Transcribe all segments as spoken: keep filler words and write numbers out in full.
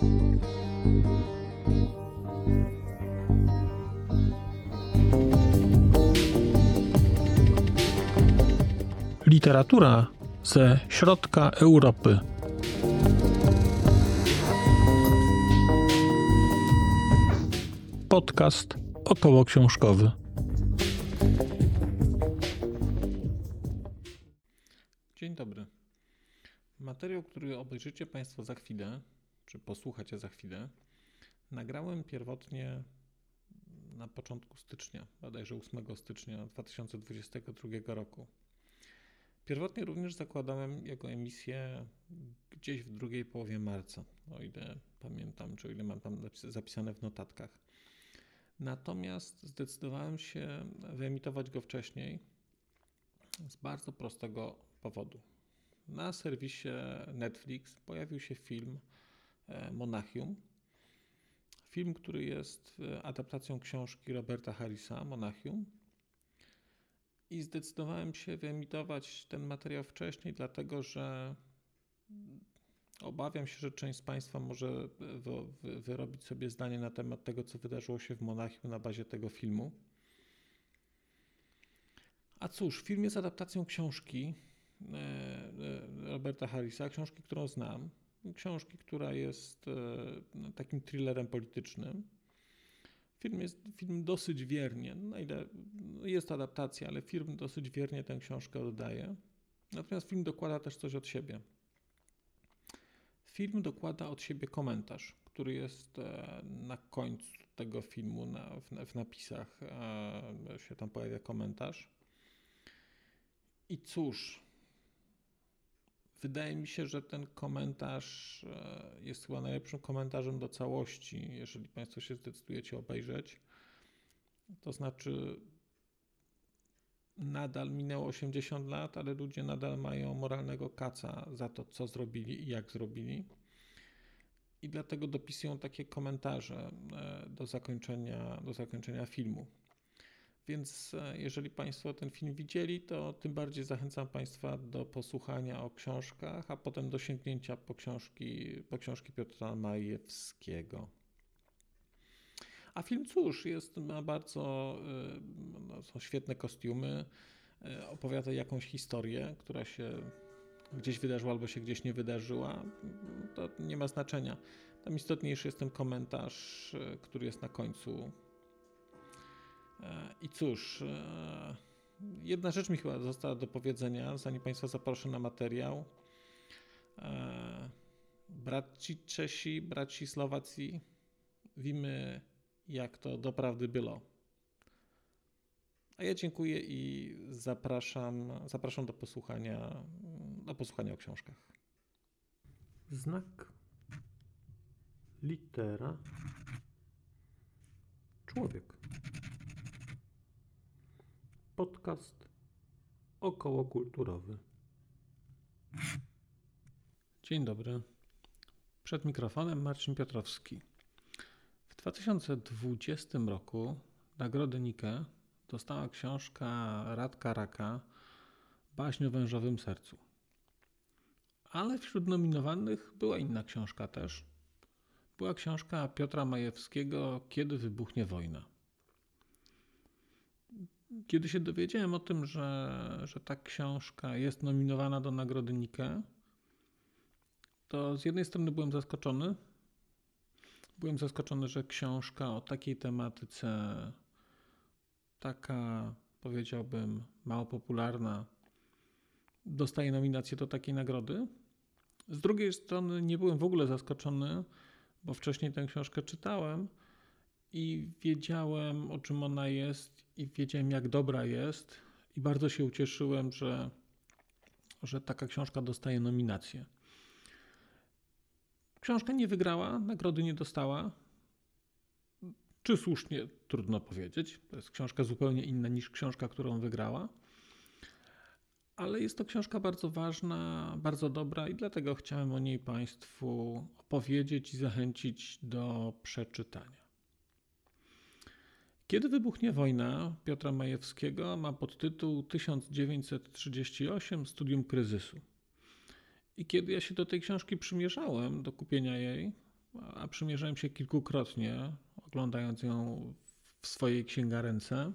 Literatura ze środka Europy. Podcast okołoksiążkowy. Dzień dobry. Materiał, który obejrzycie Państwo za chwilę, czy posłuchacie za chwilę, nagrałem pierwotnie na początku stycznia, bodajże ósmego stycznia dwa tysiące dwudziestego drugiego roku. Pierwotnie również zakładałem jego emisję gdzieś w drugiej połowie marca, o ile pamiętam, czy o ile mam tam zapisane w notatkach. Natomiast zdecydowałem się wyemitować go wcześniej z bardzo prostego powodu. Na serwisie Netflix pojawił się film Monachium. Film, który jest adaptacją książki Roberta Harrisa, Monachium. I zdecydowałem się wyemitować ten materiał wcześniej, dlatego że obawiam się, że część z Państwa może wyrobić sobie zdanie na temat tego, co wydarzyło się w Monachium na bazie tego filmu. A cóż, film jest adaptacją książki Roberta Harrisa, książki, którą znam. Książki, która jest takim thrillerem politycznym. Film jest film dosyć wiernie, no ile jest adaptacja, ale film dosyć wiernie tę książkę oddaje. Natomiast film dokłada też coś od siebie. Film dokłada od siebie komentarz, który jest na końcu tego filmu, na, w, w napisach się tam pojawia komentarz. I cóż, wydaje mi się, że ten komentarz jest chyba najlepszym komentarzem do całości, jeżeli Państwo się zdecydujecie obejrzeć. To znaczy, nadal minęło osiemdziesiąt lat, ale ludzie nadal mają moralnego kaca za to, co zrobili i jak zrobili. I dlatego dopisują takie komentarze do zakończenia, do zakończenia filmu. Więc jeżeli Państwo ten film widzieli, to tym bardziej zachęcam Państwa do posłuchania o książkach, a potem do sięgnięcia po książki, po książki Piotra Majewskiego. A film, cóż, jest, ma bardzo, no, są świetne kostiumy, opowiada jakąś historię, która się gdzieś wydarzyła albo się gdzieś nie wydarzyła. To nie ma znaczenia. Tam istotniejszy jest ten komentarz, który jest na końcu. I cóż, jedna rzecz mi chyba została do powiedzenia, zanim Państwa zaproszę na materiał. Braci Czesi, braci Słowacji, wiemy, jak to doprawdy było. A ja dziękuję i zapraszam, zapraszam do posłuchania, do posłuchania o książkach. Znak, litera, człowiek. Podcast okołokulturowy. Dzień dobry. Przed mikrofonem Marcin Piotrowski. W dwa tysiące dwudziestym roku nagrodę Nike dostała książka Radka Raka Baśń o wężowym sercu. Ale wśród nominowanych była inna książka też. Była książka Piotra Majewskiego Kiedy wybuchnie wojna. Kiedy się dowiedziałem o tym, że, że ta książka jest nominowana do nagrody Nike, to z jednej strony byłem zaskoczony. Byłem zaskoczony, że książka o takiej tematyce, taka, powiedziałbym, mało popularna, dostaje nominację do takiej nagrody. Z drugiej strony nie byłem w ogóle zaskoczony, bo wcześniej tę książkę czytałem i wiedziałem, o czym ona jest i wiedziałem, jak dobra jest i bardzo się ucieszyłem, że, że taka książka dostaje nominację. Książka nie wygrała, nagrody nie dostała. Czy słusznie? Trudno powiedzieć. To jest książka zupełnie inna niż książka, którą wygrała. Ale jest to książka bardzo ważna, bardzo dobra i dlatego chciałem o niej Państwu opowiedzieć i zachęcić do przeczytania. Kiedy wybuchnie wojna Piotra Majewskiego ma podtytuł tysiąc dziewięćset trzydziesty ósmy Studium kryzysu. I kiedy ja się do tej książki przymierzałem, do kupienia jej, a przymierzałem się kilkukrotnie, oglądając ją w swojej księgarence,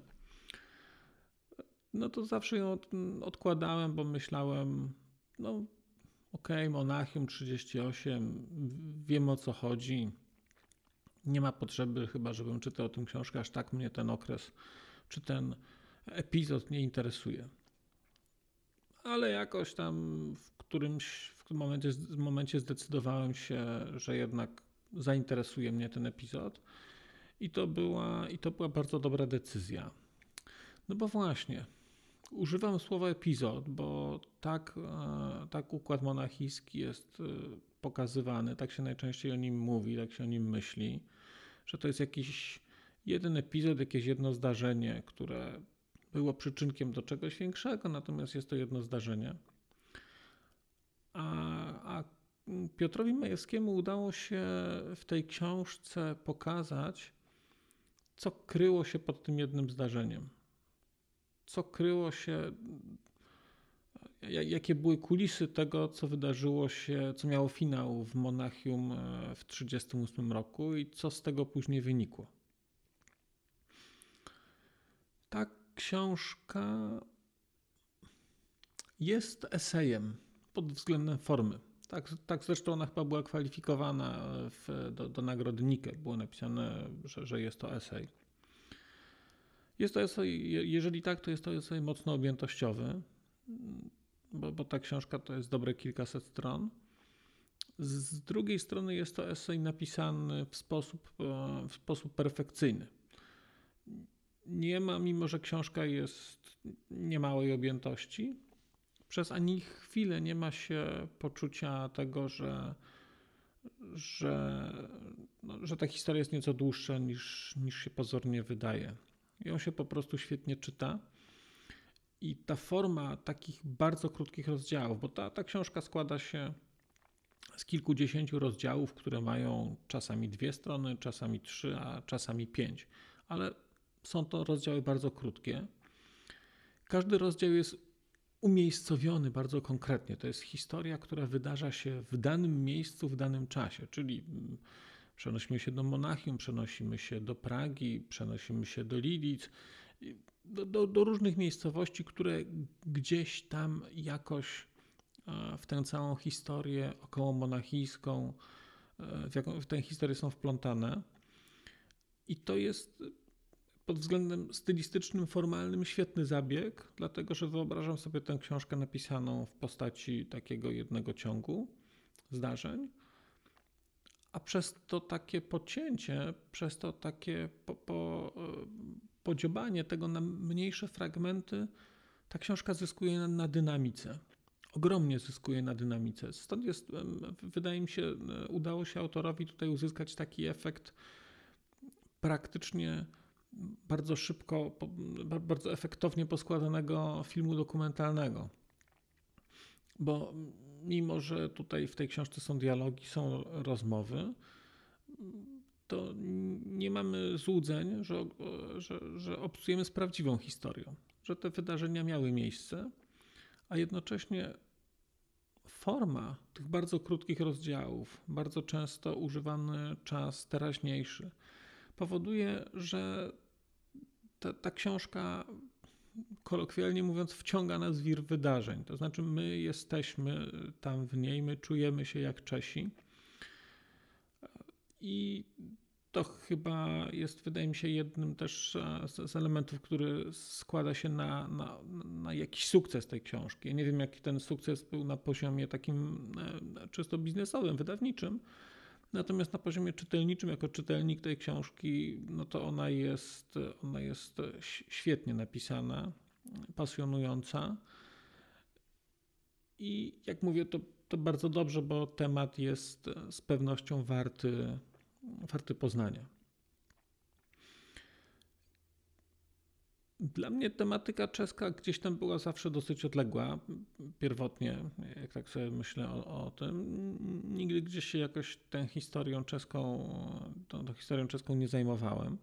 no to zawsze ją od, odkładałem, bo myślałem, no okej, okay, Monachium trzydzieści osiem, wiem o co chodzi, nie ma potrzeby chyba, żebym czytał o tym książkę, aż tak mnie ten okres, czy ten epizod nie interesuje. Ale jakoś tam w którymś w momencie, w momencie zdecydowałem się, że jednak zainteresuje mnie ten epizod i to była, i to była bardzo dobra decyzja. No bo właśnie, używam słowa epizod, bo tak, tak układ monachijski jest pokazywany, tak się najczęściej o nim mówi, tak się o nim myśli, że to jest jakiś jeden epizod, jakieś jedno zdarzenie, które było przyczynkiem do czegoś większego, natomiast jest to jedno zdarzenie. A, a Piotrowi Majewskiemu udało się w tej książce pokazać, co kryło się pod tym jednym zdarzeniem. Co kryło się, jakie były kulisy tego, co wydarzyło się, co miało finał w Monachium w tysiąc dziewięćset trzydziestym ósmym roku i co z tego później wynikło. Ta książka jest esejem pod względem formy. Tak, tak zresztą ona chyba była kwalifikowana w, do, do nagrody Nike. Było napisane, że, że jest to esej. Jest to esej, jeżeli tak, to jest to esej mocno objętościowy, bo, bo ta książka to jest dobre kilkaset stron. Z drugiej strony jest to esej napisany w sposób, w sposób perfekcyjny. Nie ma, mimo że książka jest niemałej objętości, przez ani chwilę nie ma się poczucia tego, że, że, no, że ta historia jest nieco dłuższa niż, niż się pozornie wydaje. Ją się po prostu świetnie czyta i ta forma takich bardzo krótkich rozdziałów, bo ta, ta książka składa się z kilkudziesięciu rozdziałów, które mają czasami dwie strony, czasami trzy, a czasami pięć, ale są to rozdziały bardzo krótkie. Każdy rozdział jest umiejscowiony bardzo konkretnie. To jest historia, która wydarza się w danym miejscu, w danym czasie, czyli przenosimy się do Monachium, przenosimy się do Pragi, przenosimy się do Lidic, do, do, do różnych miejscowości, które gdzieś tam jakoś w tę całą historię około monachijską, w, jaką, w tę historię są wplątane. I to jest pod względem stylistycznym, formalnym świetny zabieg, dlatego że wyobrażam sobie tę książkę napisaną w postaci takiego jednego ciągu zdarzeń, a przez to takie pocięcie, przez to takie po, po, podziobanie tego na mniejsze fragmenty, ta książka zyskuje na, na dynamice. Ogromnie zyskuje na dynamice. Stąd jest, wydaje mi się, udało się autorowi tutaj uzyskać taki efekt praktycznie bardzo szybko, bardzo efektownie poskładanego filmu dokumentalnego. Bo mimo, że tutaj w tej książce są dialogi, są rozmowy, to nie mamy złudzeń, że, że, że obcujemy z prawdziwą historią, że te wydarzenia miały miejsce, a jednocześnie forma tych bardzo krótkich rozdziałów, bardzo często używany czas teraźniejszy, powoduje, że ta, ta książka, kolokwialnie mówiąc, wciąga nas w wir wydarzeń. To znaczy my jesteśmy tam w niej, my czujemy się jak Czesi. I to chyba jest, wydaje mi się, jednym też z, z elementów, który składa się na, na, na jakiś sukces tej książki. Ja nie wiem, jaki ten sukces był na poziomie takim czysto biznesowym, wydawniczym, natomiast na poziomie czytelniczym, jako czytelnik tej książki, no to ona jest, ona jest świetnie napisana, pasjonująca i jak mówię, to, to bardzo dobrze, bo temat jest z pewnością warty, warty poznania. Dla mnie tematyka czeska gdzieś tam była zawsze dosyć odległa, pierwotnie, jak tak sobie myślę o, o tym. Nigdy gdzieś się jakoś tę historią czeską, tą, tą historią czeską nie zajmowałem.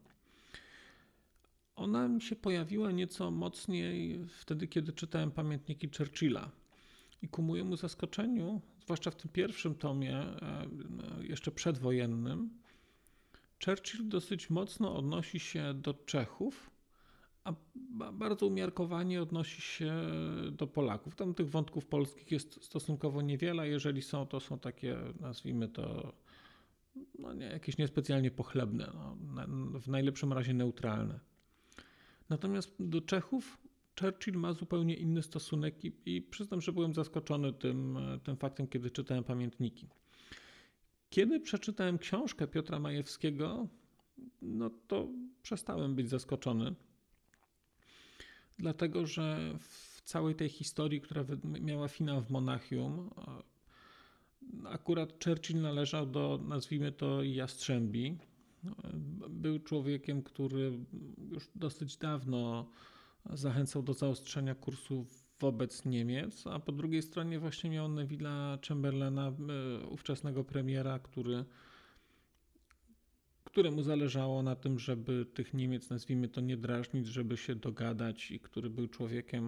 Ona mi się pojawiła nieco mocniej wtedy, kiedy czytałem pamiętniki Churchilla. I ku mojemu zaskoczeniu, zwłaszcza w tym pierwszym tomie, jeszcze przedwojennym, Churchill dosyć mocno odnosi się do Czechów, a bardzo umiarkowanie odnosi się do Polaków. Tam tych wątków polskich jest stosunkowo niewiele, jeżeli są, to są takie, nazwijmy to, no nie, jakieś niespecjalnie pochlebne, no, w najlepszym razie neutralne. Natomiast do Czechów Churchill ma zupełnie inny stosunek i, i przyznam, że byłem zaskoczony tym, tym faktem, kiedy czytałem pamiętniki. Kiedy przeczytałem książkę Piotra Majewskiego, no to przestałem być zaskoczony, dlatego że w całej tej historii, która miała finał w Monachium, akurat Churchill należał do, nazwijmy to, Jastrzębi. Był człowiekiem, który już dosyć dawno zachęcał do zaostrzenia kursu wobec Niemiec, a po drugiej stronie właśnie miał Neville'a Chamberlaina, ówczesnego premiera, który, któremu zależało na tym, żeby tych Niemiec, nazwijmy to, nie drażnić, żeby się dogadać i który był człowiekiem,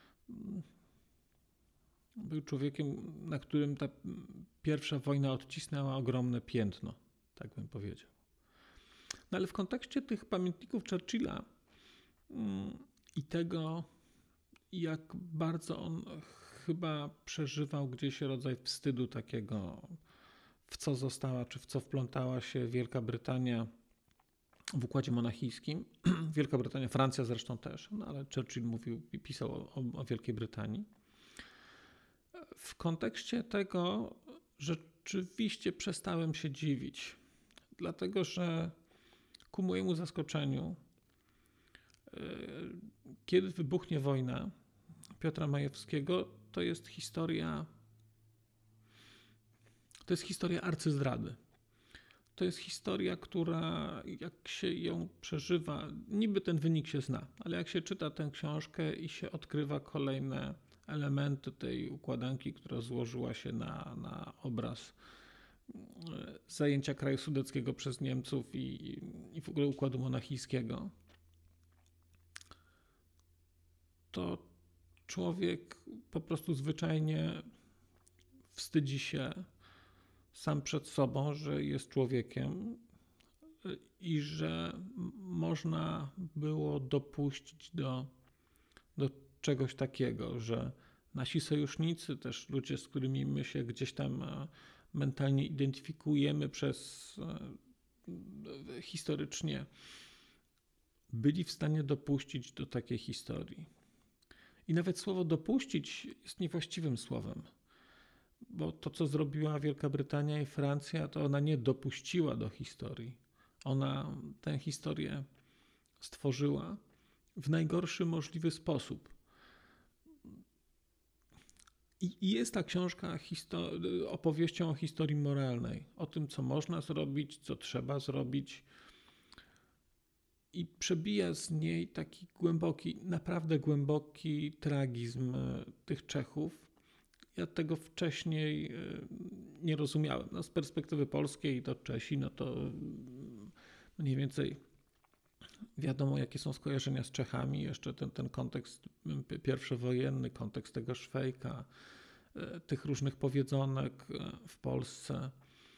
był człowiekiem, na którym ta pierwsza wojna odcisnęła ogromne piętno, tak bym powiedział. No ale w kontekście tych pamiętników Churchilla i tego, jak bardzo on chyba przeżywał gdzieś rodzaj wstydu takiego, w co została, czy w co wplątała się Wielka Brytania w układzie monachijskim. Wielka Brytania, Francja zresztą też, no ale Churchill mówił i pisał o, o Wielkiej Brytanii. W kontekście tego rzeczywiście przestałem się dziwić, dlatego że ku mojemu zaskoczeniu, kiedy wybuchnie wojna Piotra Majewskiego, to jest historia, to jest historia arcyzdrady. To jest historia, która jak się ją przeżywa, niby ten wynik się zna, ale jak się czyta tę książkę i się odkrywa kolejne elementy tej układanki, która złożyła się na, na obraz zajęcia kraju sudeckiego przez Niemców i, i w ogóle układu monachijskiego, to człowiek po prostu zwyczajnie wstydzi się sam przed sobą, że jest człowiekiem i że można było dopuścić do, do czegoś takiego, że nasi sojusznicy, też ludzie, z którymi my się gdzieś tam mentalnie identyfikujemy przez historycznie, byli w stanie dopuścić do takiej historii. I nawet słowo dopuścić jest niewłaściwym słowem, bo to, co zrobiła Wielka Brytania i Francja, to ona nie dopuściła do historii. Ona tę historię stworzyła w najgorszy możliwy sposób. I jest ta książka opowieścią o historii moralnej, o tym, co można zrobić, co trzeba zrobić. I przebija z niej taki głęboki, naprawdę głęboki tragizm tych Czechów. Ja tego wcześniej nie rozumiałem. No, z perspektywy polskiej to Czesi, no to mniej więcej wiadomo, jakie są skojarzenia z Czechami. Jeszcze ten, ten kontekst pierwszowojenny, kontekst tego Szwejka, tych różnych powiedzonek w Polsce.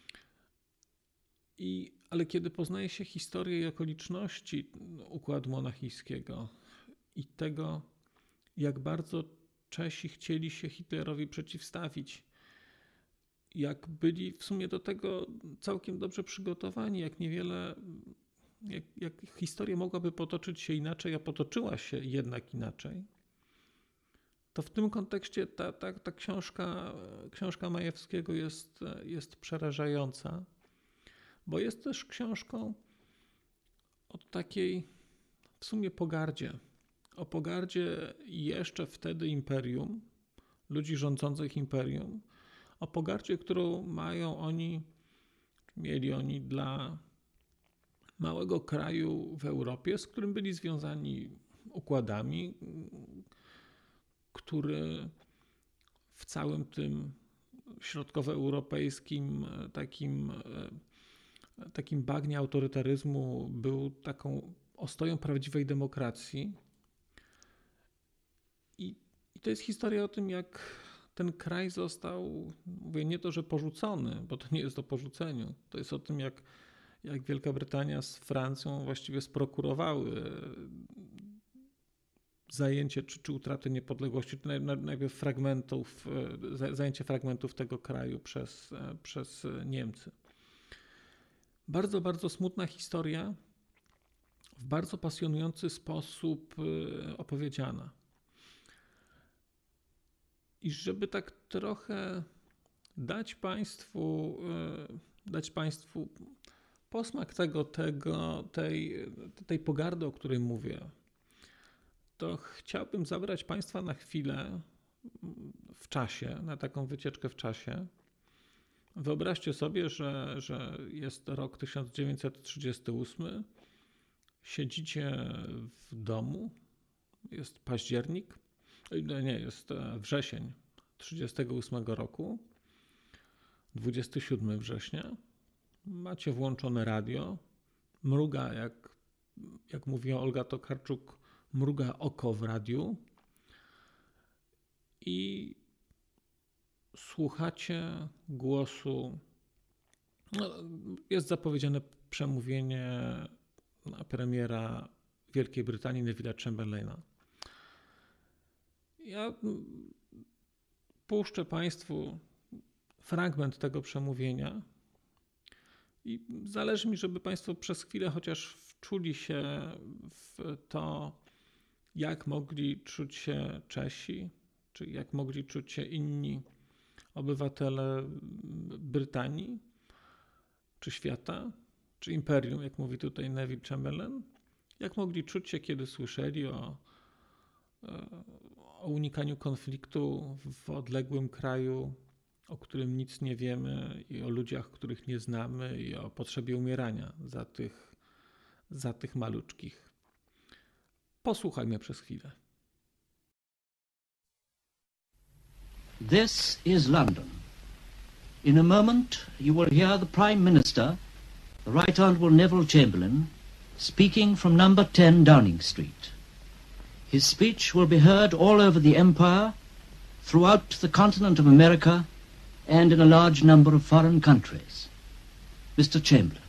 I, ale kiedy poznaje się historię i okoliczności układu monachijskiego i tego, jak bardzo Czesi chcieli się Hitlerowi przeciwstawić, jak byli w sumie do tego całkiem dobrze przygotowani, jak niewiele, jak, jak historia mogłaby potoczyć się inaczej, a potoczyła się jednak inaczej, to w tym kontekście ta, ta, ta książka, książka Majewskiego jest, jest przerażająca, bo jest też książką o takiej w sumie pogardzie. O pogardzie jeszcze wtedy imperium, ludzi rządzących imperium, o pogardzie, którą mają oni, mieli oni dla małego kraju w Europie, z którym byli związani układami, który w całym tym środkowoeuropejskim takim, takim bagnie autorytaryzmu był taką ostoją prawdziwej demokracji. I, I to jest historia o tym, jak ten kraj został, mówię, nie to, że porzucony, bo to nie jest o porzuceniu. To jest o tym, jak, jak Wielka Brytania z Francją właściwie sprokurowały zajęcie czy, czy utratę niepodległości, czy najpierw fragmentów, zajęcie fragmentów tego kraju przez, przez Niemcy. Bardzo, bardzo smutna historia, w bardzo pasjonujący sposób opowiedziana. I żeby tak trochę dać Państwu, dać Państwu posmak tego, tego, tej, tej pogardy, o której mówię, to chciałbym zabrać Państwa na chwilę w czasie, na taką wycieczkę w czasie. Wyobraźcie sobie, że, że jest rok tysiąc dziewięćset trzydziesty ósmy, siedzicie w domu, jest październik, nie, jest wrzesień trzydziestego ósmego roku, dwudziestego siódmego września, macie włączone radio, mruga, jak, jak mówiła Olga Tokarczuk, mruga oko w radiu i słuchacie głosu, no, jest zapowiedziane przemówienie premiera Wielkiej Brytanii Neville'a Chamberlaina. Ja puszczę Państwu fragment tego przemówienia i zależy mi, żeby Państwo przez chwilę chociaż wczuli się w to, jak mogli czuć się Czesi, czy jak mogli czuć się inni obywatele Brytanii, czy świata, czy imperium, jak mówi tutaj Neville Chamberlain, jak mogli czuć się, kiedy słyszeli o, o unikaniu konfliktu w odległym kraju, o którym nic nie wiemy, i o ludziach, których nie znamy, i o potrzebie umierania za tych, za tych maluczkich. Posłuchajmy przez chwilę. This is London. In a moment you will hear the Prime Minister, the Right Honourable Neville Chamberlain, speaking from number ten Downing Street. His speech will be heard all over the Empire, throughout the continent of America, and in a large number of foreign countries. Mister Chamberlain.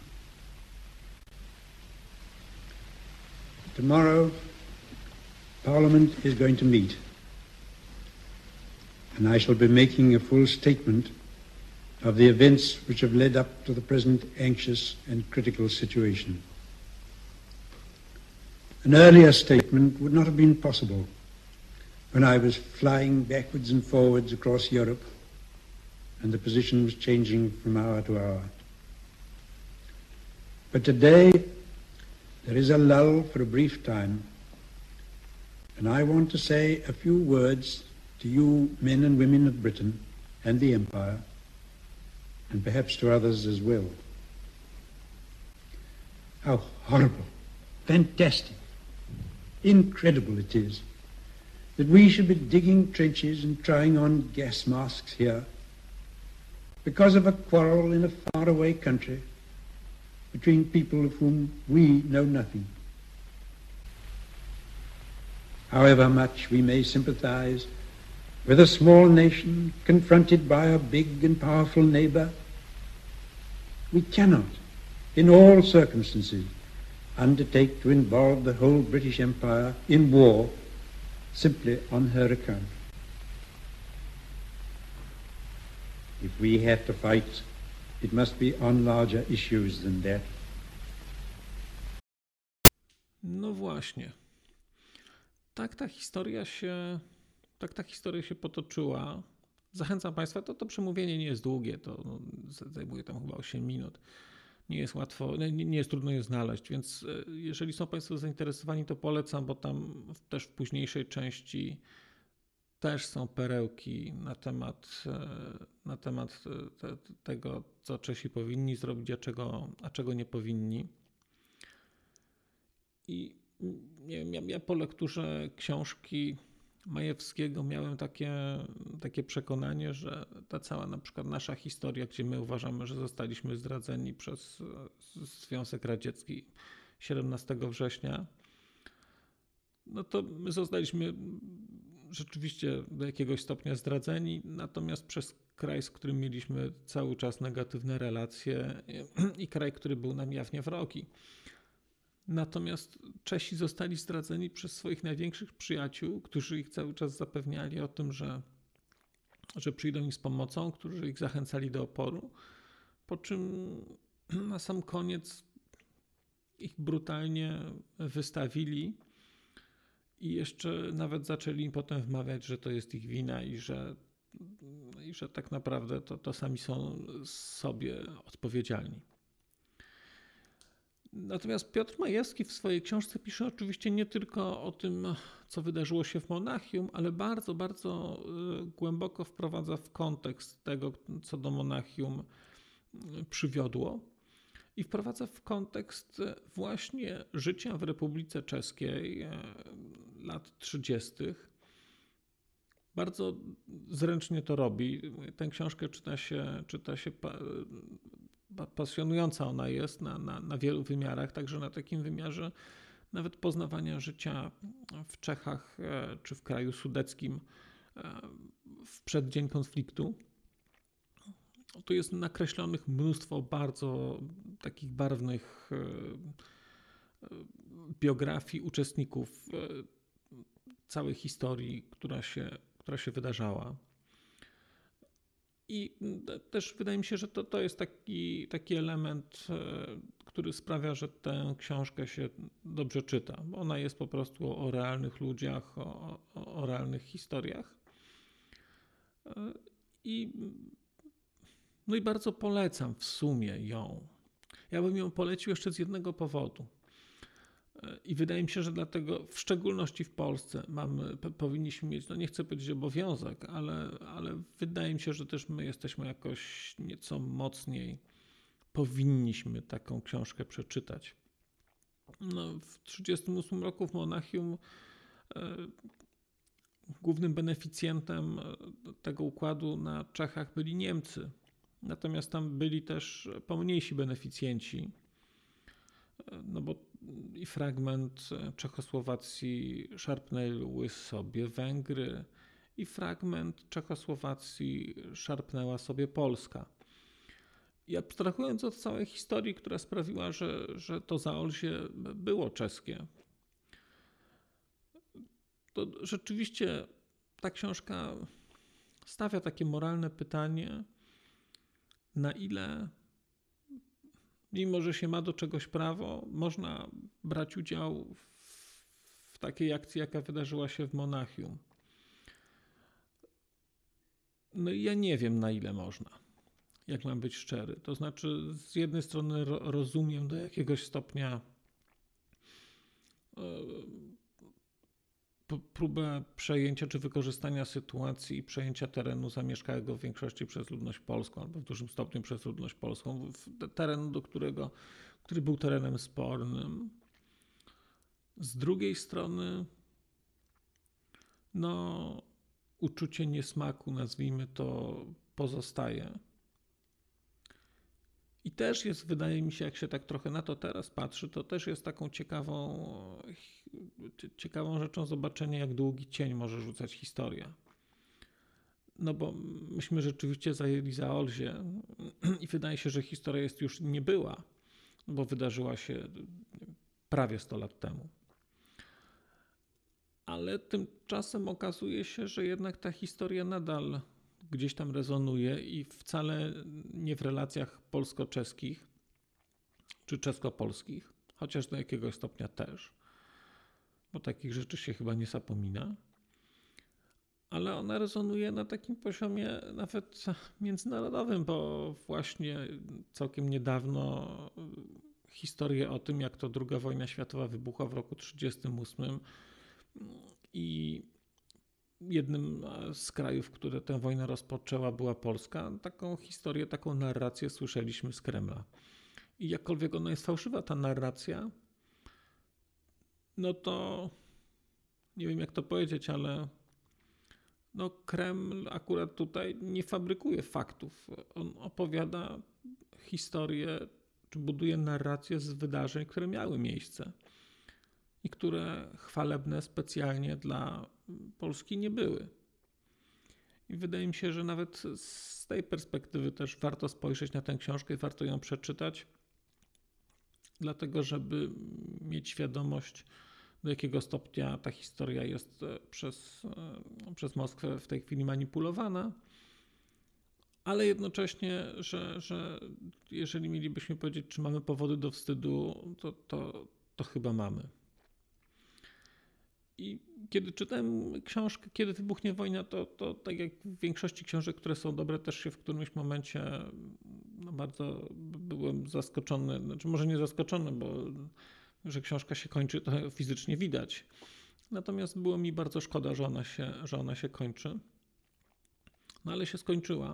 Tomorrow, Parliament is going to meet, and I shall be making a full statement of the events which have led up to the present anxious and critical situation. An earlier statement would not have been possible when I was flying backwards and forwards across Europe and the position was changing from hour to hour. But today there is a lull for a brief time, and I want to say a few words to you men and women of Britain and the Empire, and perhaps to others as well. How horrible, fantastic, incredible it is that we should be digging trenches and trying on gas masks here because of a quarrel in a faraway country between people of whom we know nothing. However much we may sympathize with a small nation confronted by a big and powerful neighbor, we cannot, in all circumstances, undertake to involve the whole British Empire in war simply on her account. If we have to fight, it must be on larger issues than that. No właśnie. Tak ta historia się, tak ta historia się potoczyła. Zachęcam Państwa, to, to przemówienie nie jest długie, to no, zajmuje tam chyba osiem minut. Nie jest łatwo, nie, nie jest trudno je znaleźć, więc jeżeli są Państwo zainteresowani, to polecam, bo tam też w późniejszej części też są perełki na temat, na temat te, tego, co Czesi powinni zrobić, a czego, a czego nie powinni. I nie wiem, ja, ja po lekturze książki Majewskiego miałem takie, takie przekonanie, że ta cała na przykład nasza historia, gdzie my uważamy, że zostaliśmy zdradzeni przez Związek Radziecki siedemnastego września, no to my zostaliśmy rzeczywiście do jakiegoś stopnia zdradzeni, natomiast przez kraj, z którym mieliśmy cały czas negatywne relacje i kraj, który był nam jawnie wrogi. Natomiast Czesi zostali zdradzeni przez swoich największych przyjaciół, którzy ich cały czas zapewniali o tym, że, że przyjdą im z pomocą, którzy ich zachęcali do oporu, po czym na sam koniec ich brutalnie wystawili i jeszcze nawet zaczęli im potem wmawiać, że to jest ich wina i że, i że tak naprawdę to, to sami są sobie odpowiedzialni. Natomiast Piotr Majewski w swojej książce pisze oczywiście nie tylko o tym, co wydarzyło się w Monachium, ale bardzo, bardzo głęboko wprowadza w kontekst tego, co do Monachium przywiodło i wprowadza w kontekst właśnie życia w Republice Czeskiej lat trzydziestych. Bardzo zręcznie to robi. Tę książkę czyta się, czyta się pasjonująca ona jest na, na, na wielu wymiarach, także na takim wymiarze nawet poznawania życia w Czechach czy w kraju sudeckim w przeddzień konfliktu. Tu jest nakreślonych mnóstwo bardzo takich barwnych biografii uczestników całej historii, która się, która się wydarzała. I też wydaje mi się, że to, to jest taki, taki element, który sprawia, że tę książkę się dobrze czyta. Ona jest po prostu o realnych ludziach, o, o, o realnych historiach. I, no i bardzo polecam w sumie ją. Ja bym ją polecił jeszcze z jednego powodu. I wydaje mi się, że dlatego, w szczególności w Polsce, mamy, powinniśmy mieć, no nie chcę powiedzieć obowiązek, ale, ale wydaje mi się, że też my jesteśmy jakoś nieco mocniej, powinniśmy taką książkę przeczytać. No, w tysiąc dziewięćset trzydziestym ósmym roku w Monachium e, głównym beneficjentem tego układu na Czechach byli Niemcy. Natomiast tam byli też pomniejsi beneficjenci, no bo i fragment Czechosłowacji szarpnęły sobie Węgry i fragment Czechosłowacji szarpnęła sobie Polska. I abstrahując od całej historii, która sprawiła, że, że to Zaolzie było czeskie, to rzeczywiście ta książka stawia takie moralne pytanie, na ile, mimo że się ma do czegoś prawo, można brać udział w takiej akcji, jaka wydarzyła się w Monachium. No i ja nie wiem, na ile można, jak mam być szczery. To znaczy, z jednej strony rozumiem do jakiegoś stopnia próbę przejęcia czy wykorzystania sytuacji i przejęcia terenu zamieszkałego w większości przez ludność polską albo w dużym stopniu przez ludność polską, terenu, do którego, który był terenem spornym. Z drugiej strony no, uczucie niesmaku, nazwijmy to, pozostaje. I też jest, wydaje mi się, jak się tak trochę na to teraz patrzy, to też jest taką ciekawą, ciekawą rzeczą zobaczenie, jak długi cień może rzucać historia. No bo myśmy rzeczywiście zajęli Zaolzie i wydaje się, że historia jest już nie była, bo wydarzyła się prawie sto lat temu. Ale tymczasem okazuje się, że jednak ta historia nadal gdzieś tam rezonuje i wcale nie w relacjach polsko-czeskich czy czesko-polskich, chociaż do jakiegoś stopnia też, bo takich rzeczy się chyba nie zapomina, ale ona rezonuje na takim poziomie nawet międzynarodowym, bo właśnie całkiem niedawno historię o tym, jak to druga wojna światowa wybuchła w roku trzydziestym ósmym i jednym z krajów, które tę wojnę rozpoczęła, była Polska. Taką historię, taką narrację słyszeliśmy z Kremla. I jakkolwiek ona jest fałszywa, ta narracja, no to nie wiem, jak to powiedzieć, ale no Kreml akurat tutaj nie fabrykuje faktów. On opowiada historię, czy buduje narrację z wydarzeń, które miały miejsce. i które chwalebne specjalnie dla Polski nie były. I wydaje mi się, że nawet z tej perspektywy też warto spojrzeć na tę książkę i warto ją przeczytać, dlatego żeby mieć świadomość, do jakiego stopnia ta historia jest przez, przez Moskwę w tej chwili manipulowana, ale jednocześnie, że, że jeżeli mielibyśmy powiedzieć, czy mamy powody do wstydu, to, to, to chyba mamy. I kiedy czytałem książkę Kiedy wybuchnie wojna, to, to tak jak w większości książek, które są dobre, też się w którymś momencie no bardzo byłem zaskoczony, znaczy może nie zaskoczony, bo że książka się kończy, to fizycznie widać. Natomiast było mi bardzo szkoda, że ona się, że ona się kończy. No ale się skończyła.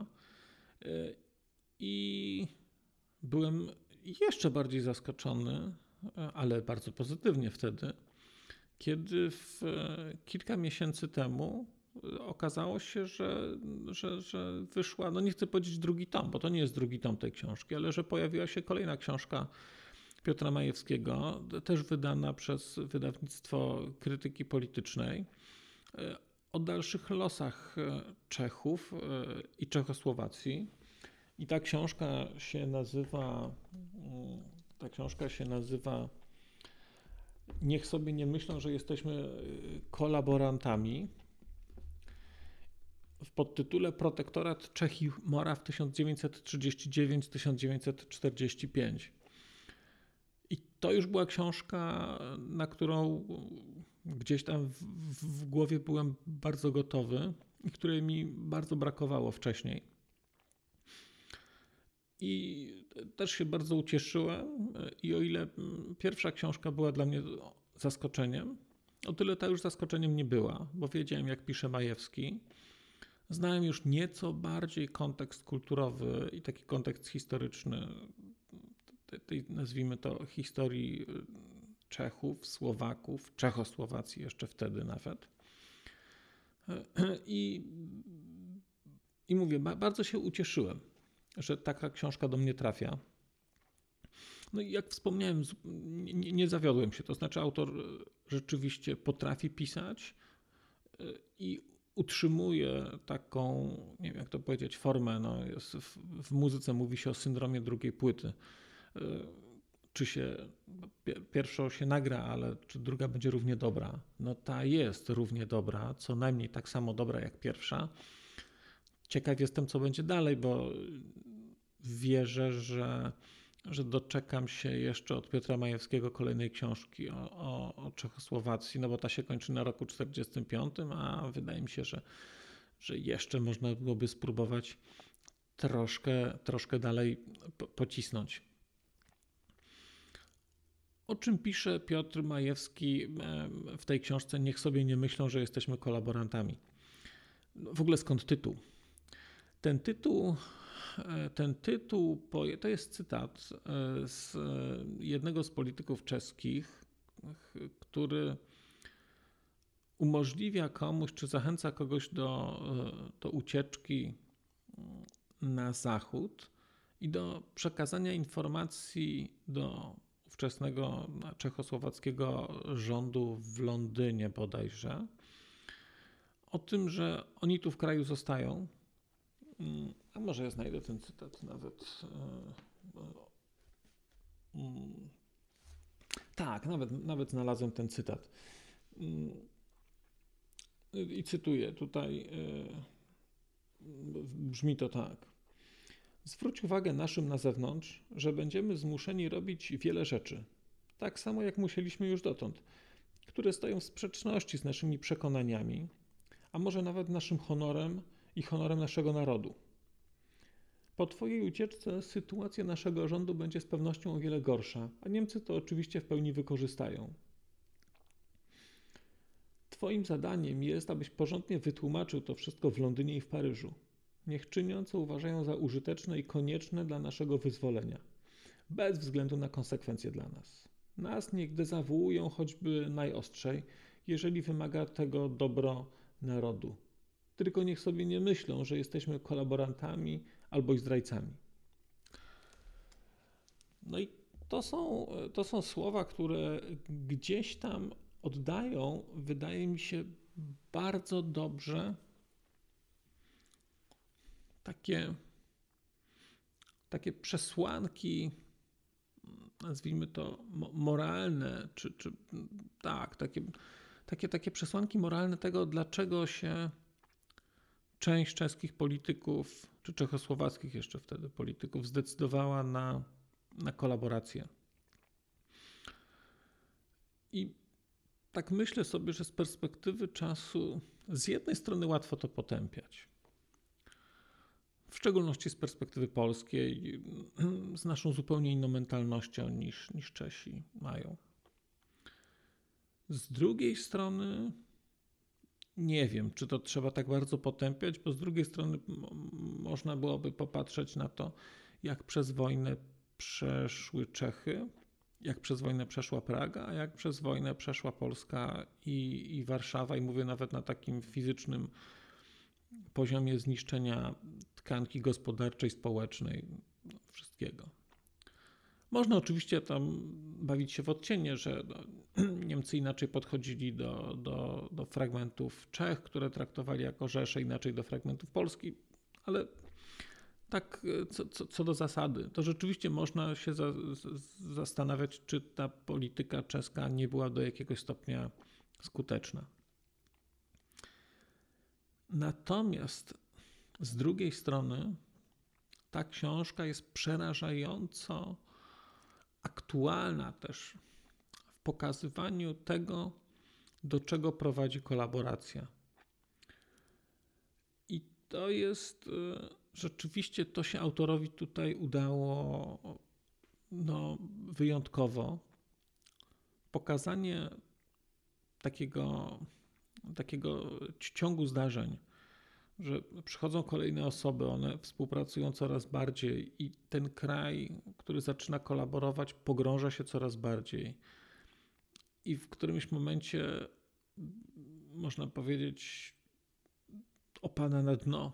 I byłem jeszcze bardziej zaskoczony, ale bardzo pozytywnie wtedy, kiedy w kilka miesięcy temu okazało się, że, że, że wyszła, no nie chcę powiedzieć drugi tom, bo to nie jest drugi tom tej książki, ale że pojawiła się kolejna książka Piotra Majewskiego, też wydana przez wydawnictwo Krytyki Politycznej, o dalszych losach Czechów i Czechosłowacji. I ta książka się nazywa, ta książka się nazywa Niech sobie nie myślą, że jesteśmy kolaborantami. W podtytule Protektorat Czech i Moraw tysiąc dziewięćset trzydzieści dziewięć do tysiąc dziewięćset czterdzieści pięć. I to już była książka, na którą gdzieś tam w, w głowie byłem bardzo gotowy i której mi bardzo brakowało wcześniej. I też się bardzo ucieszyłem i o ile pierwsza książka była dla mnie zaskoczeniem, o tyle ta już zaskoczeniem nie była, bo wiedziałem, jak pisze Majewski. Znałem już nieco bardziej kontekst kulturowy i taki kontekst historyczny, tej, nazwijmy to, historii Czechów, Słowaków, Czechosłowacji jeszcze wtedy nawet. I, i mówię, bardzo się ucieszyłem, że taka książka do mnie trafia. No i jak wspomniałem, nie, nie zawiodłem się. To znaczy autor rzeczywiście potrafi pisać i utrzymuje taką, nie wiem jak to powiedzieć, formę. No jest w, w muzyce mówi się o syndromie drugiej płyty. Czy się pierwszą się nagra, ale czy druga będzie równie dobra? No ta jest równie dobra, co najmniej tak samo dobra jak pierwsza. Ciekaw jestem, co będzie dalej, bo wierzę, że, że doczekam się jeszcze od Piotra Majewskiego kolejnej książki o, o, o Czechosłowacji, no bo ta się kończy na roku czterdziestym piątym, a wydaje mi się, że, że jeszcze można byłoby spróbować troszkę, troszkę dalej po, pocisnąć. O czym pisze Piotr Majewski w tej książce? Niech sobie nie myślą, że jesteśmy kolaborantami. W ogóle skąd tytuł? Ten tytuł, ten tytuł to jest cytat z jednego z polityków czeskich, który umożliwia komuś, czy zachęca kogoś do, do ucieczki na zachód i do przekazania informacji do ówczesnego czechosłowackiego rządu w Londynie bodajże, o tym, że oni tu w kraju zostają. A może ja znajdę ten cytat nawet. Tak, nawet, nawet znalazłem ten cytat. I cytuję tutaj. Brzmi to tak. Zwróć uwagę naszym na zewnątrz, że będziemy zmuszeni robić wiele rzeczy, tak samo jak musieliśmy już dotąd, które stoją w sprzeczności z naszymi przekonaniami, a może nawet naszym honorem i honorem naszego narodu. Po twojej ucieczce sytuacja naszego rządu będzie z pewnością o wiele gorsza, a Niemcy to oczywiście w pełni wykorzystają. Twoim zadaniem jest, abyś porządnie wytłumaczył to wszystko w Londynie i w Paryżu. Niech czynią, co uważają za użyteczne i konieczne dla naszego wyzwolenia, bez względu na konsekwencje dla nas. Nas niech dezawuują choćby najostrzej, jeżeli wymaga tego dobro narodu. Tylko niech sobie nie myślą, że jesteśmy kolaborantami albo zdrajcami. No i to są, to są słowa, które gdzieś tam oddają, wydaje mi się, bardzo dobrze takie, takie przesłanki, nazwijmy to moralne, czy, czy tak, takie, takie, takie przesłanki moralne tego, dlaczego się część czeskich polityków, czy czechosłowackich jeszcze wtedy polityków zdecydowała na, na kolaborację. I tak myślę sobie, że z perspektywy czasu z jednej strony łatwo to potępiać, w szczególności z perspektywy polskiej, z naszą zupełnie inną mentalnością niż, niż Czesi mają. Z drugiej strony nie wiem, czy to trzeba tak bardzo potępiać, bo z drugiej strony można byłoby popatrzeć na to, jak przez wojnę przeszły Czechy, jak przez wojnę przeszła Praga, a jak przez wojnę przeszła Polska i, i Warszawa, i mówię nawet na takim fizycznym poziomie zniszczenia tkanki gospodarczej, społecznej, no, wszystkiego. Można oczywiście tam bawić się w odcienie, że no, Niemcy inaczej podchodzili do, do, do fragmentów Czech, które traktowali jako Rzeszę, inaczej do fragmentów Polski, ale tak co, co, co do zasady, to rzeczywiście można się za, zastanawiać, czy ta polityka czeska nie była do jakiegoś stopnia skuteczna. Natomiast z drugiej strony ta książka jest przerażająco aktualna też w pokazywaniu tego, do czego prowadzi kolaboracja. I to jest rzeczywiście, to się autorowi tutaj udało no, wyjątkowo. Pokazanie takiego, takiego ciągu zdarzeń, że przychodzą kolejne osoby, one współpracują coraz bardziej i ten kraj, który zaczyna kolaborować, pogrąża się coraz bardziej. I w którymś momencie, można powiedzieć, opada na dno.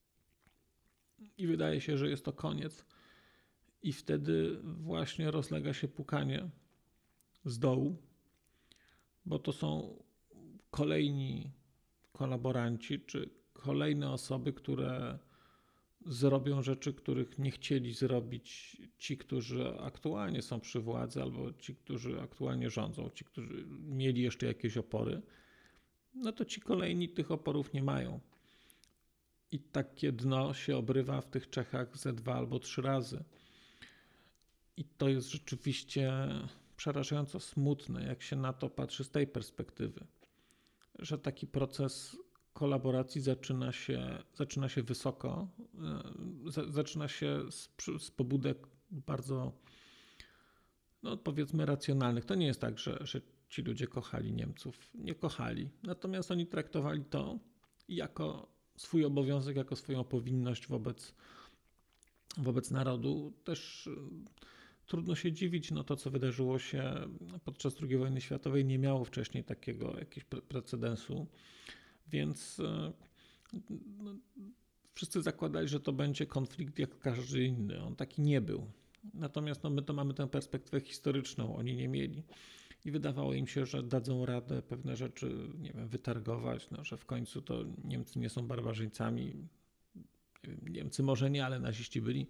I wydaje się, że jest to koniec. I wtedy właśnie rozlega się pukanie z dołu, bo to są kolejni kolaboranci, czy kolejne osoby, które zrobią rzeczy, których nie chcieli zrobić ci, którzy aktualnie są przy władzy, albo ci, którzy aktualnie rządzą, ci, którzy mieli jeszcze jakieś opory, no to ci kolejni tych oporów nie mają. I takie dno się obrywa w tych Czechach ze dwa albo trzy razy. I to jest rzeczywiście przerażająco smutne, jak się na to patrzy z tej perspektywy, że taki proces kolaboracji zaczyna się, zaczyna się wysoko, zaczyna się z, z pobudek bardzo, no powiedzmy, racjonalnych. To nie jest tak, że, że ci ludzie kochali Niemców. Nie kochali. Natomiast oni traktowali to jako swój obowiązek, jako swoją powinność wobec, wobec narodu. Też trudno się dziwić, no to co wydarzyło się podczas drugiej wojny światowej nie miało wcześniej takiego jakiegoś precedensu. Więc no, wszyscy zakładali, że to będzie konflikt jak każdy inny. On taki nie był. Natomiast no, my to mamy tę perspektywę historyczną, oni nie mieli. I wydawało im się, że dadzą radę pewne rzeczy, nie wiem, wytargować, no, że w końcu to Niemcy nie są barbarzyńcami. Niemcy może nie, ale naziści byli.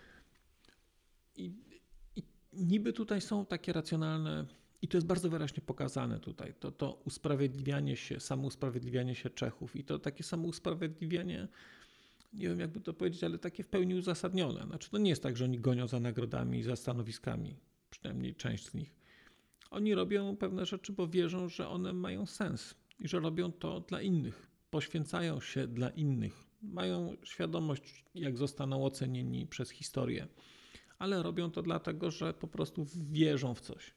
I, i niby tutaj są takie racjonalne. I to jest bardzo wyraźnie pokazane tutaj, to, to usprawiedliwianie się, samousprawiedliwianie się Czechów i to takie samousprawiedliwianie, nie wiem jakby to powiedzieć, ale takie w pełni uzasadnione. Znaczy to nie jest tak, że oni gonią za nagrodami i za stanowiskami, przynajmniej część z nich. Oni robią pewne rzeczy, bo wierzą, że one mają sens i że robią to dla innych, poświęcają się dla innych, mają świadomość, jak zostaną ocenieni przez historię, ale robią to dlatego, że po prostu wierzą w coś.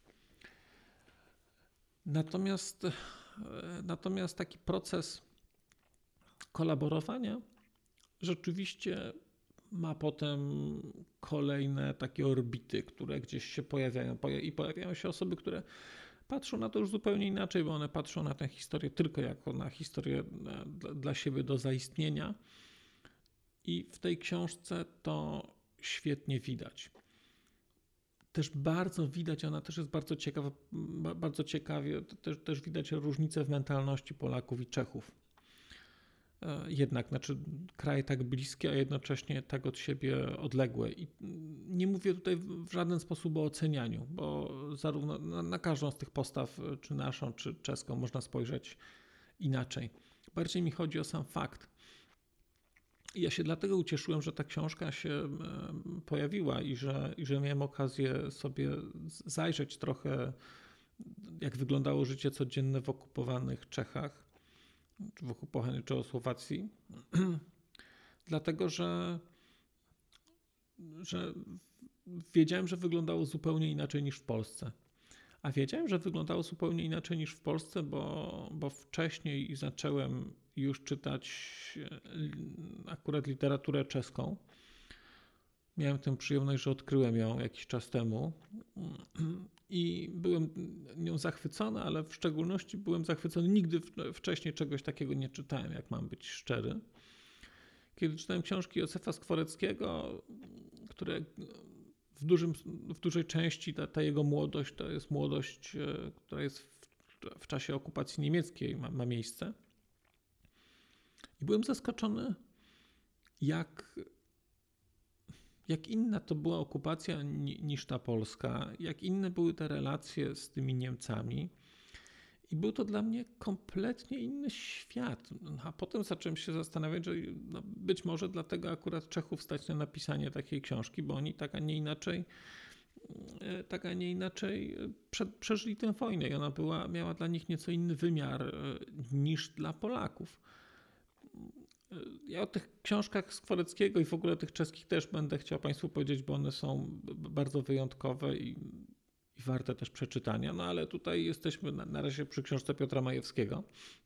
Natomiast, natomiast taki proces kolaborowania rzeczywiście ma potem kolejne takie orbity, które gdzieś się pojawiają i pojawiają się osoby, które patrzą na to już zupełnie inaczej, bo one patrzą na tę historię tylko jako na historię dla, dla siebie do zaistnienia i w tej książce to świetnie widać. też bardzo widać, ona też jest bardzo ciekawa, bardzo ciekawie, też, też widać różnicę w mentalności Polaków i Czechów. Jednak, znaczy kraje tak bliskie, a jednocześnie tak od siebie odległe. I nie mówię tutaj w żaden sposób o ocenianiu, bo zarówno na, na każdą z tych postaw, czy naszą, czy czeską, można spojrzeć inaczej. Bardziej mi chodzi o sam fakt. I ja się dlatego ucieszyłem, że ta książka się pojawiła i że, i że miałem okazję sobie zajrzeć trochę, jak wyglądało życie codzienne w okupowanych Czechach, w okupowanej Czechosłowacji, dlatego że, że wiedziałem, że wyglądało zupełnie inaczej niż w Polsce. A wiedziałem, że wyglądało zupełnie inaczej niż w Polsce, bo, bo wcześniej zacząłem już czytać akurat literaturę czeską. Miałem tę przyjemność, że odkryłem ją jakiś czas temu i byłem nią zachwycony, ale w szczególności byłem zachwycony. Nigdy wcześniej czegoś takiego nie czytałem, jak mam być szczery. Kiedy czytałem książki Józefa Skworeckiego, które w, dużym, w dużej części ta, ta jego młodość to jest młodość, która jest w, w czasie okupacji niemieckiej ma, ma miejsce. I byłem zaskoczony, jak, jak inna to była okupacja niż ta polska, jak inne były te relacje z tymi Niemcami. I był to dla mnie kompletnie inny świat. A potem zacząłem się zastanawiać, że no być może dlatego akurat Czechów stać na napisanie takiej książki, bo oni tak, a nie inaczej, tak, a nie inaczej prze, przeżyli tę wojnę i ona była, miała dla nich nieco inny wymiar niż dla Polaków. Ja o tych książkach Skworeckiego i w ogóle tych czeskich też będę chciał Państwu powiedzieć, bo one są bardzo wyjątkowe i i warte też przeczytania, no ale tutaj jesteśmy na, na razie przy książce Piotra Majewskiego.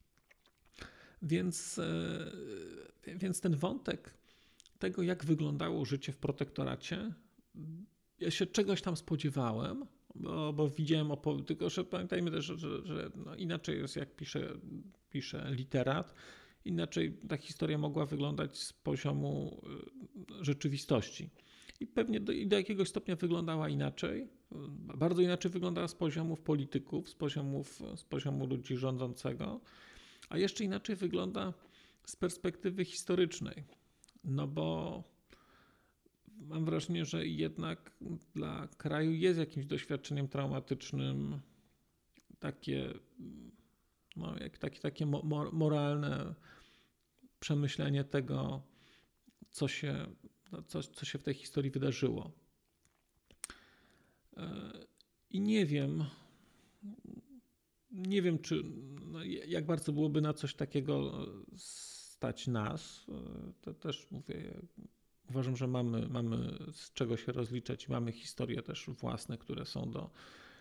Więc, yy, więc ten wątek tego, jak wyglądało życie w protektoracie, ja się czegoś tam spodziewałem, bo, bo widziałem, opow- tylko że pamiętajmy też, że, że, że no inaczej jest, jak pisze, pisze literat, inaczej ta historia mogła wyglądać z poziomu rzeczywistości. I pewnie do, i do jakiegoś stopnia wyglądała inaczej. Bardzo inaczej wyglądała z poziomów polityków, z poziomów, z poziomu ludzi rządzącego, a jeszcze inaczej wygląda z perspektywy historycznej. No bo mam wrażenie, że jednak dla kraju jest jakimś doświadczeniem traumatycznym takie, no, jak, takie, takie moralne przemyślenie tego, co się, no, co, co się w tej historii wydarzyło. I nie wiem, nie wiem, czy no, jak bardzo byłoby na coś takiego stać nas. To też mówię, uważam, że mamy, mamy z czego się rozliczać i mamy historie też własne, które są do,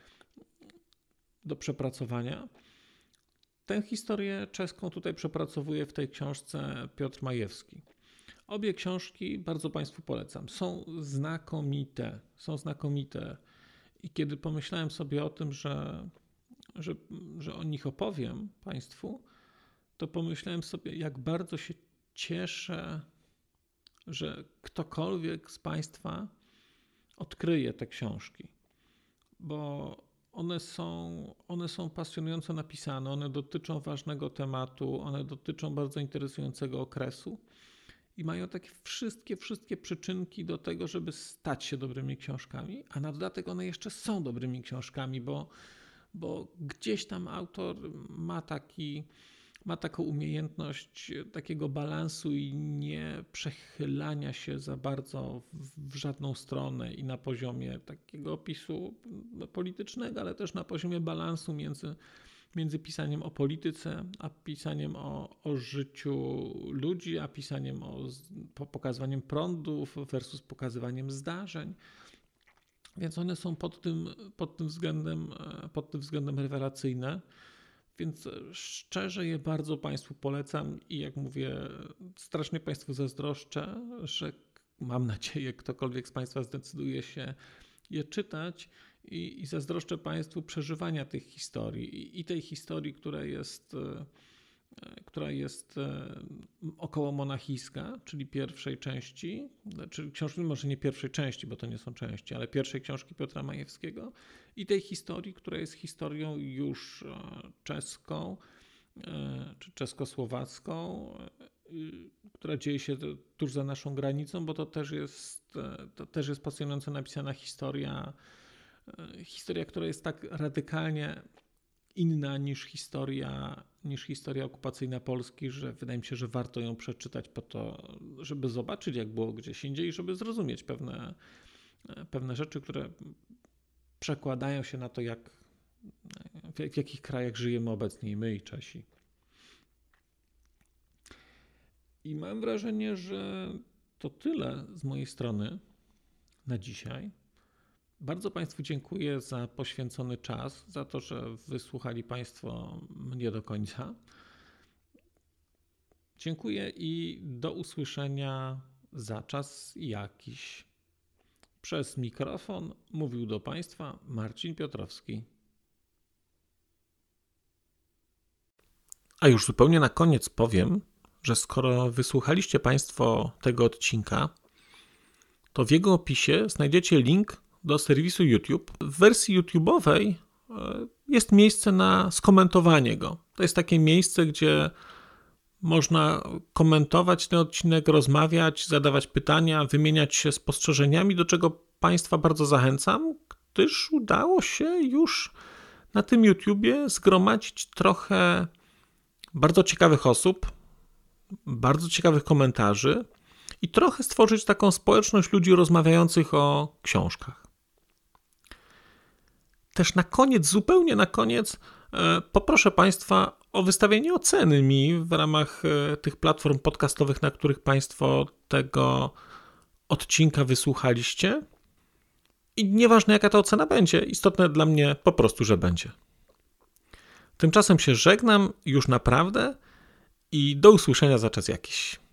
do przepracowania. Tę historię czeską tutaj przepracowuje w tej książce Piotr Majewski. Obie książki bardzo Państwu polecam. Są znakomite, są znakomite. I kiedy pomyślałem sobie o tym, że, że, że o nich opowiem Państwu, to pomyślałem sobie, jak bardzo się cieszę, że ktokolwiek z Państwa odkryje te książki, bo one są, one są pasjonująco napisane, one dotyczą ważnego tematu, one dotyczą bardzo interesującego okresu i mają takie wszystkie, wszystkie przyczynki do tego, żeby stać się dobrymi książkami, a na dodatek one jeszcze są dobrymi książkami, bo, bo gdzieś tam autor ma taki, ma taką umiejętność takiego balansu i nie przechylania się za bardzo w, w żadną stronę i na poziomie takiego opisu politycznego, ale też na poziomie balansu między między pisaniem o polityce, a pisaniem o, o życiu ludzi, a pisaniem o pokazywaniem prądów versus pokazywaniem zdarzeń. Więc one są pod tym, pod tym względem, pod tym względem rewelacyjne. Więc szczerze je bardzo Państwu polecam i jak mówię, strasznie Państwu zazdroszczę, że mam nadzieję, ktokolwiek z Państwa zdecyduje się je czytać. I, I zazdroszczę Państwu przeżywania tych historii i, i tej historii, która jest, która jest około monachijska, czyli pierwszej części, czyli książki, może nie pierwszej części, bo to nie są części, ale pierwszej książki Piotra Majewskiego i tej historii, która jest historią już czeską, czy czeskosłowacką, która dzieje się tuż za naszą granicą, bo to też jest, to też jest pasjonująco napisana historia, historia, która jest tak radykalnie inna niż historia, niż historia okupacyjna Polski, że wydaje mi się, że warto ją przeczytać po to, żeby zobaczyć, jak było gdzieś indziej, żeby zrozumieć pewne, pewne rzeczy, które przekładają się na to, jak, w jakich krajach żyjemy obecnie my i Czesi. I mam wrażenie, że to tyle z mojej strony na dzisiaj. Bardzo Państwu dziękuję za poświęcony czas, za to, że wysłuchali Państwo mnie do końca. Dziękuję i do usłyszenia za czas jakiś. Przez mikrofon mówił do Państwa Marcin Piotrowski. A już zupełnie na koniec powiem, że skoro wysłuchaliście Państwo tego odcinka, to w jego opisie znajdziecie link do serwisu YouTube. W wersji YouTube'owej jest miejsce na skomentowanie go. To jest takie miejsce, gdzie można komentować ten odcinek, rozmawiać, zadawać pytania, wymieniać się spostrzeżeniami, do czego Państwa bardzo zachęcam, gdyż udało się już na tym YouTubie zgromadzić trochę bardzo ciekawych osób, bardzo ciekawych komentarzy i trochę stworzyć taką społeczność ludzi rozmawiających o książkach. Też na koniec, zupełnie na koniec, poproszę Państwa o wystawienie oceny mi w ramach tych platform podcastowych, na których Państwo tego odcinka wysłuchaliście. I nieważne, jaka ta ocena będzie, istotne dla mnie po prostu, że będzie. Tymczasem się żegnam już naprawdę i do usłyszenia za czas jakiś.